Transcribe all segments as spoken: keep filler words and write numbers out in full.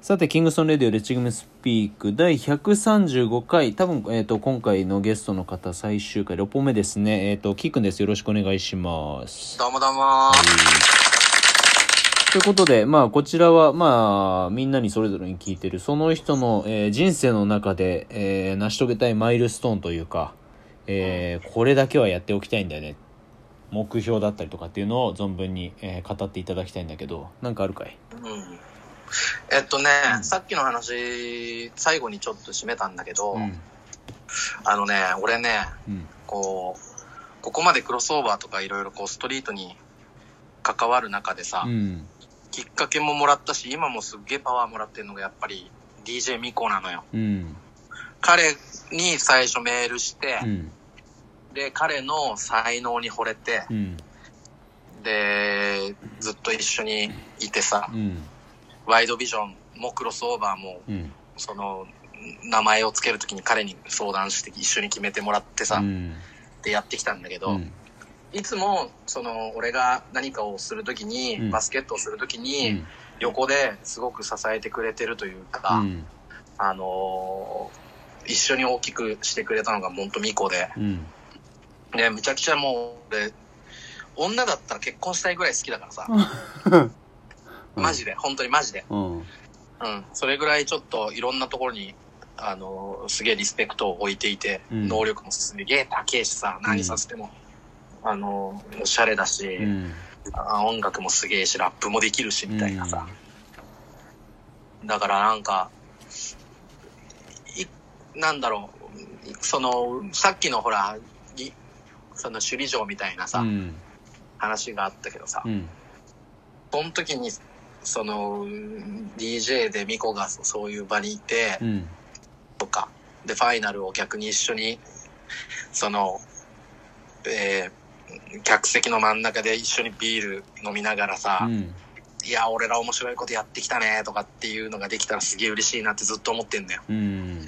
さてキングソンレディオレッチグムスピークだいひゃくさんじゅうごかい、多分、えー、と今回のゲストの方最終回ろっぽんめですね。えっ、ー、とキーくんです。よろしくお願いします。 どうもどうも、 はい、ということで、まあこちらはまあみんなにそれぞれに聞いてるその人の、えー、人生の中で、えー、成し遂げたいマイルストーンというか、えー、これだけはやっておきたいんだよね、目標だったりとかっていうのを存分に、えー、語っていただきたいんだけど、なんかあるかい？ うんえっとね、うん、さっきの話最後にちょっと締めたんだけど、うん、あのね俺ね、うん、こうここまでクロスオーバーとかいろいろこうストリートに関わる中でさ、うん、きっかけももらったし今もすっげえパワーもらってるのがやっぱり ディージェー ミコなのよ、うん、彼に最初メールして、うん、で彼の才能に惚れて、うん、でずっと一緒にいてさ、うん、ワイドビジョンもクロスオーバーも、うん、その名前をつけるときに彼に相談して一緒に決めてもらってさ、うん、でやってきたんだけど、うん、いつもその俺が何かをするときに、うん、バスケットをするときに、うん、横ですごく支えてくれてるというか、うん、あのー、一緒に大きくしてくれたのが本当ミコで、うん、でむちゃくちゃもう俺女だったら結婚したいぐらい好きだからさマジで、うん、本当にマジで、うん、うん、それぐらいちょっといろんなところにあのすげえリスペクトを置いていて、うん、能力もすげえ高えしさ、何させても、うん、あのおしゃれだし、うん、音楽もすげえしラップもできるしみたいなさ、うん、だからなんかいなんだろう、そのさっきのほらその首里城みたいなさ、うん、話があったけどさ、うん、その時にその ディージェー でミコがそういう場にいて、うん、とかでファイナルを逆に一緒にその、えー、客席の真ん中で一緒にビール飲みながらさ、うん、いや俺ら面白いことやってきたねとかっていうのができたらすげえ嬉しいなってずっと思ってんだよ、うん、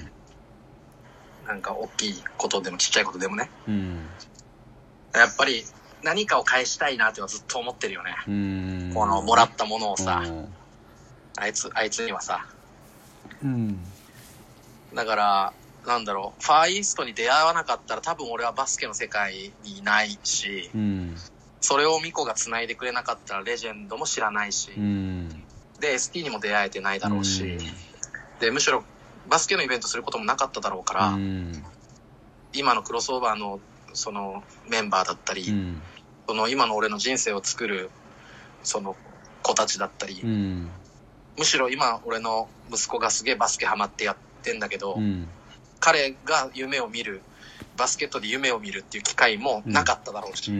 なんか大きいことでもちっちゃいことでもね、うん、やっぱり何かを返したいなっていうのはずっと思ってるよね。うーん、このもらったものをさ、あいつあいつにはさ、うん、だからなんだろう、ファーイーストに出会わなかったら多分俺はバスケの世界にいないし、うん、それをミコが繋いでくれなかったらレジェンドも知らないし、うん、で エスティー にも出会えてないだろうし、うん、でむしろバスケのイベントすることもなかっただろうから、うん、今のクロスオーバーのそのメンバーだったり、うん、その今の俺の人生を作るその子たちだったり、うん、むしろ今俺の息子がすげえバスケハマってやってんだけど、うん、彼が夢を見るバスケットで夢を見るっていう機会もなかっただろうし、うん、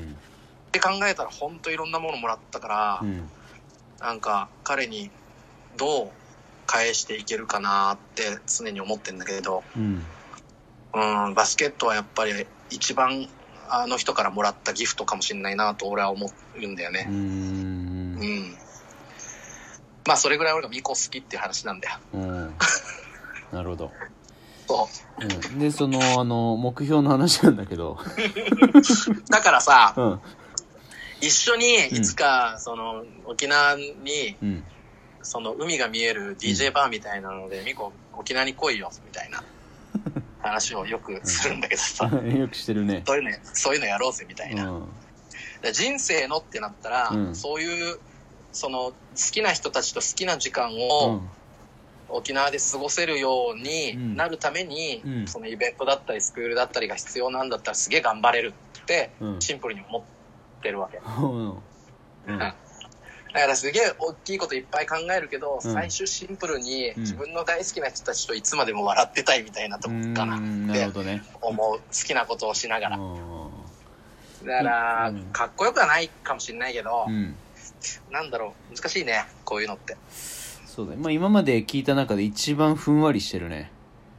って考えたら本当いろんなものもらったから、うん、なんか彼にどう返していけるかなって常に思ってんだけど、うんうん、バスケットはやっぱり一番あの人からもらったギフトかもしれないなと俺は思うんだよね。うーん、うん、まあそれぐらい俺がミコ好きっていう話なんだよ。うん、 なるほど。 そう、 うん、でそのあの目標の話なんだけどだからさ、うん、一緒にいつかその沖縄に、うん、その海が見える ディージェー バーみたいなので、うん、ミコ沖縄に来いよみたいな話をよくするんだけどさ、 うん、よくしてるね。 そういうのそういうのやろうぜみたいな、うん、人生のってなったら、うん、そういうその好きな人たちと好きな時間を、うん、沖縄で過ごせるようになるために、うん、そのイベントだったりスクールだったりが必要なんだったらすげえ頑張れるってシンプルに思ってるわけ、うんうん、だからすげえ大きいこといっぱい考えるけど、うん、最終シンプルに自分の大好きな人たちといつまでも笑ってたいみたいなとこかなって思う、好きなことをしながら。だから、うん、かっこよくはないかもしれないけど、うん、なんだろう、難しいねこういうのって。 そうだね、まあ、今まで聞いた中で一番ふんわりしてるね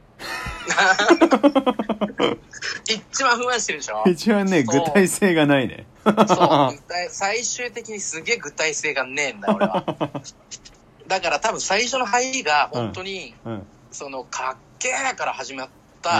一番ふんわりしてるでしょ。 一番ね、具体性がないねそう最終的にすげえ具体性がねえんだ俺はだから多分最初の入りが本当に、うんうん、そのかっけーから始まった、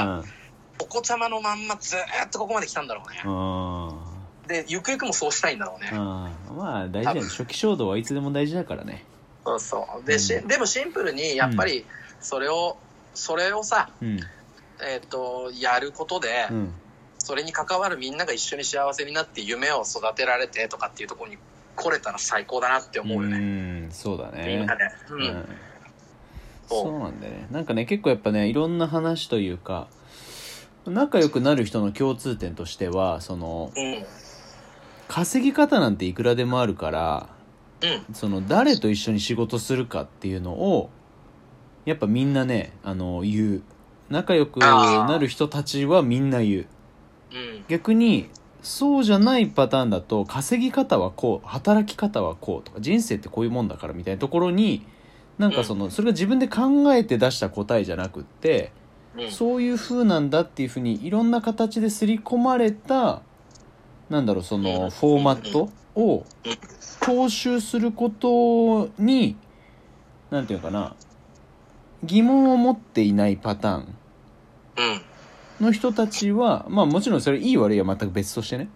うん、お子ちゃまのまんまずーっとここまで来たんだろうね、うん、でゆくゆくもそうしたいんだろうね。 あまあ大事だね、初期衝動はいつでも大事だからね。 そうそうで、し、うん、でもシンプルにやっぱりそれを、うん、それをさ、うん、えっとやることで、うん、それに関わるみんなが一緒に幸せになって夢を育てられてとかっていうところに来れたら最高だなって思うよね。 うん、そうだね。 みんなで、うん、うん、 そうなんだよね。なんかね、結構やっぱね、いろんな話というか、仲良くなる人の共通点としては、その、うん、稼ぎ方なんていくらでもあるから、うん、その誰と一緒に仕事するかっていうのをやっぱみんなね、あの言う。仲良くなる人たちはみんな言う。うん、逆にそうじゃないパターンだと、稼ぎ方はこう、働き方はこうとか、人生ってこういうもんだからみたいなところに、なんかその、それが自分で考えて出した答えじゃなくって、うん、そういう風なんだっていう風にいろんな形で刷り込まれた、なんだろう、そのフォーマットを踏襲することに、なんていうかな、疑問を持っていないパターンの人たちは、まあもちろんそれいい悪いは全く別としてね、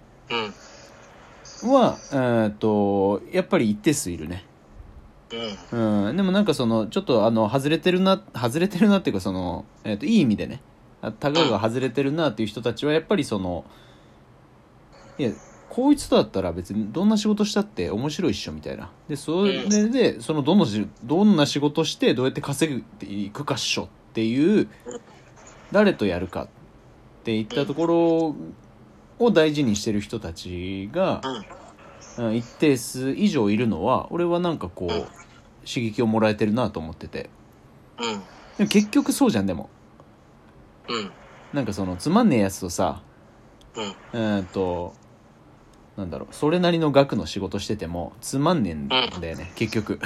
うん、は、えーっと、やっぱり一定数いるね。うんうん、でもなんかそのちょっとあの外れてるな外れてるなっていうか、その、えー、といい意味でね、タガが外れてるなっていう人たちはやっぱりその、いやこいつとだったら別にどんな仕事したって面白いっしょみたいな、でそれでそのどのどんな仕事してどうやって稼ぐっていくかっしょっていう、誰とやるかっていったところを大事にしてる人たちが一定数以上いるのは、俺はなんかこう刺激をもらえてるなと思ってて、うん、でも結局そうじゃん。でも、うん、なんかそのつまんねえやつとさ、うん、えーっとなんだろう、それなりの額の仕事しててもつまんねえんだよね、うん、結局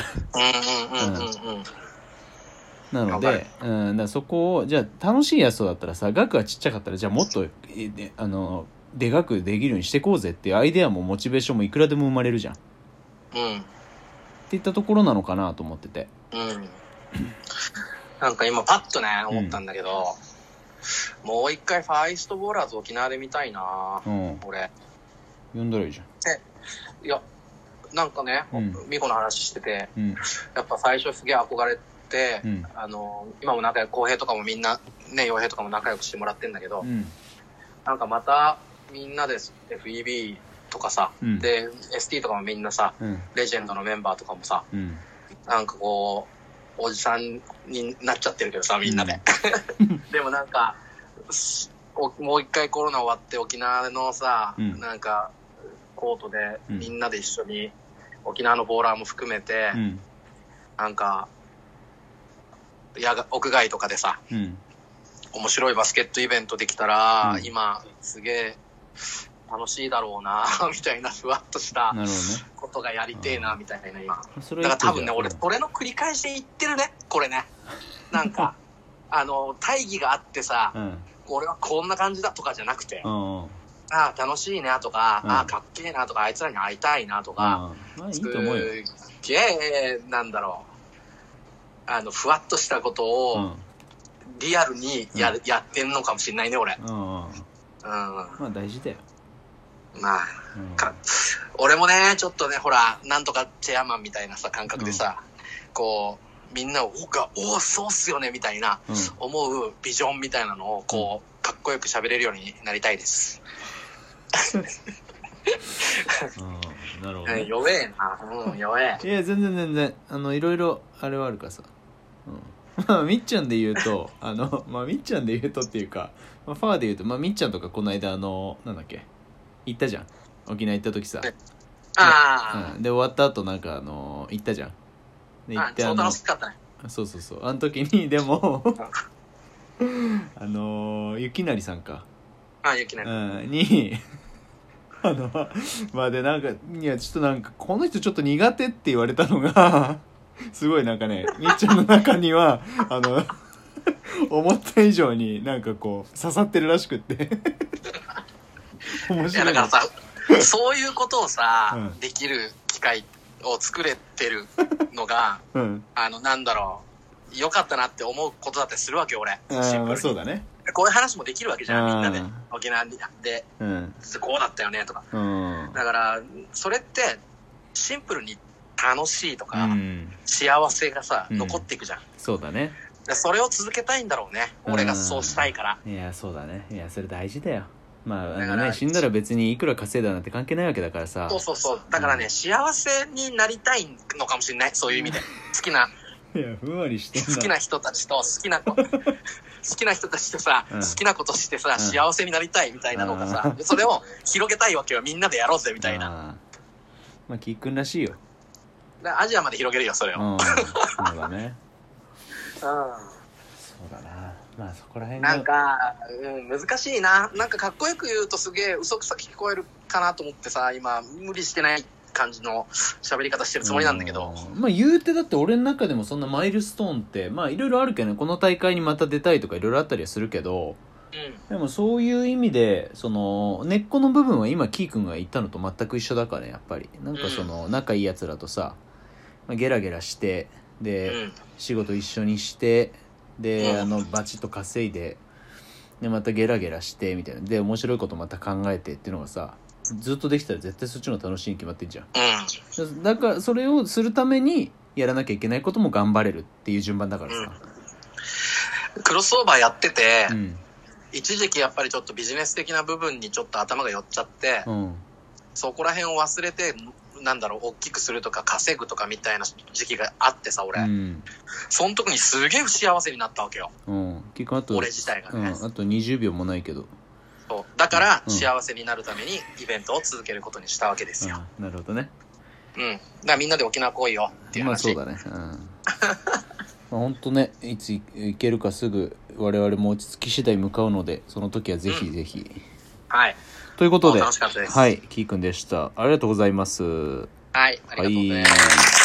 なので、うん、だからそこをじゃあ楽しいやつとだったらさ、額がちっちゃかったらじゃあもっとえあのでかくできるようにしていこうぜっていうアイデアもモチベーションもいくらでも生まれるじゃん、うんっていったところなのかなと思ってて、うん、 なんか今パッとね思ったんだけど、うん、もう一回ファイストボーラーズ沖縄で見たいな、うん、俺呼んだらいいじゃん。 いやなんかね、うん、美穂の話してて、うん、やっぱ最初すげえ憧れて、うん、あの今も仲良く、浩平とかもみんなね、洋平とかも仲良くしてもらってんだけど、うん、なんかまたみんなで エフイービーとかさ、うん、で エスティー とかもみんなさ、うん、レジェンドのメンバーとかもさ、うん、なんかこうおじさんになっちゃってるけどさみんなで、うん、でもなんかもう一回コロナ終わって沖縄のさ、うん、なんかコートでみんなで一緒に、うん、沖縄のボーラーも含めて、うん、なんかやが屋外とかでさ、うん、面白いバスケットイベントできたら、うん、今すげえ楽しいだろうなみたいなふわっとしたことがやりてえなみたいな今。だから多分ね、俺それの繰り返しで言ってるねこれね。なんかあの大義があってさ、うん、俺はこんな感じだとかじゃなくて、うん、ああ楽しいなとか、うん、ああかっけえなとか、あいつらに会いたいなとか、 うん、まあいいと思うよ。 すげえなんだろう、あのふわっとしたことをリアルに や,、うん、やってんのかもしれないね俺。うん、うん、 まあ大事だよ。 まあ、うん、か俺もねちょっとねほらなんとかチェアマンみたいなさ感覚でさ、うん、こうみんなをおがおそうっすよねみたいな、うん、思うビジョンみたいなのをこうかっこよく喋れるようになりたいです。 うん、なるほど、ね、 弱えな、うん、弱え。 いや全然全然あのいろいろあれはあるからさ、うん、まあみっちゃんで言うとあのまあみっちゃんで言うとっていうか、まあ、ファーで言うとまあみっちゃんとかこの間あのなんだっけ行ったじゃん、沖縄行った時さ、あ、うん、で終わった後なんかあの行ったじゃん、で行ってあの超楽しかったね。 そうそうそう、あの時にでもあのゆきなりさんか、 あゆきなり、 うん、にあのまあでなんかいやちょっとなんかこの人ちょっと苦手って言われたのがすごいなんかねみっちゃんの中にはあの思った以上になんかこう刺さってるらしくって面白い。いやだからさそういうことをさ、うん、できる機会を作れてるのが、うん、あのなんだろう良かったなって思うことだったりするわけ俺。 あシンプルにそうだね。 こういう話もできるわけじゃんみんなで沖縄で、うん、こうだったよねとか、うん、だからそれってシンプルに楽しいとか、 うん、 幸せがさ、 うん、 残っていくじゃん。 そうだね。 それを続けたいんだろうね。俺がそうしたいから。 いや、そうだね。いや、それ大事だよ。まあ、あのね、死んだら別にいくら稼いだなんて関係ないわけだからさ。 そうそうそう。だからね、うん、幸せになりたいのかもしれない。そういう意味で。好きな。 いや、ふんわりしてんな。 好きな人たちと、好きな子、好きな人たちとさ、うん、好きなことしてさ、うん、幸せになりたいみたいなのがさ、それを広げたいわけよ。みんなでやろうぜみたいな。 あまあ、キーくんらしいよ。 アジアまで広げるよ、それを。うん、 そうだね。 うん。 そうだな。まあそこら辺がなんか、うん、難しいな。なんかかっこよく言うとすげえ嘘くさく聞こえるかなと思ってさ、今無理してない感じの喋り方してるつもりなんだけど、 まあ言うてだって俺の中でもそんなマイルストーンってまあいろいろあるけどね、この大会にまた出たいとかいろいろあったりはするけど、うん、でもそういう意味でその根っこの部分は今キー君が言ったのと全く一緒だからね、やっぱりなんかその仲いいやつらとさ、まあ、ゲラゲラしてで、うん、仕事一緒にしてで、うん、あのバチッと稼いででまたゲラゲラしてみたいなで面白いことまた考えてっていうのがさ、ずっとできたら絶対そっちの楽しいに決まってんじゃん、うん、だからそれをするためにやらなきゃいけないことも頑張れるっていう順番だからさ、 うん、クロスオーバーやってて、うん、一時期やっぱりちょっとビジネス的な部分にちょっと頭が寄っちゃって、うん、そこら辺を忘れてなんだろう大きくするとか稼ぐとかみたいな時期があってさ俺、うん、その時にすげえ不幸せになったわけよ、うん、結構あと俺自体がね、 うん、あとにじゅうびょうもないけど、 そうだから幸せになるためにイベントを続けることにしたわけですよ、 うん、なるほどね、 うん、だからみんなで沖縄来いよっていう話。 まあそうだね、うんまあ本当ね、いつ行けるかすぐ我々も落ち着き次第向かうので、その時はぜひぜひ、うん、 はいということで、 楽しかったです。 はい、キーくんでした。ありがとうございます。はい、 ありがとうございます。はい。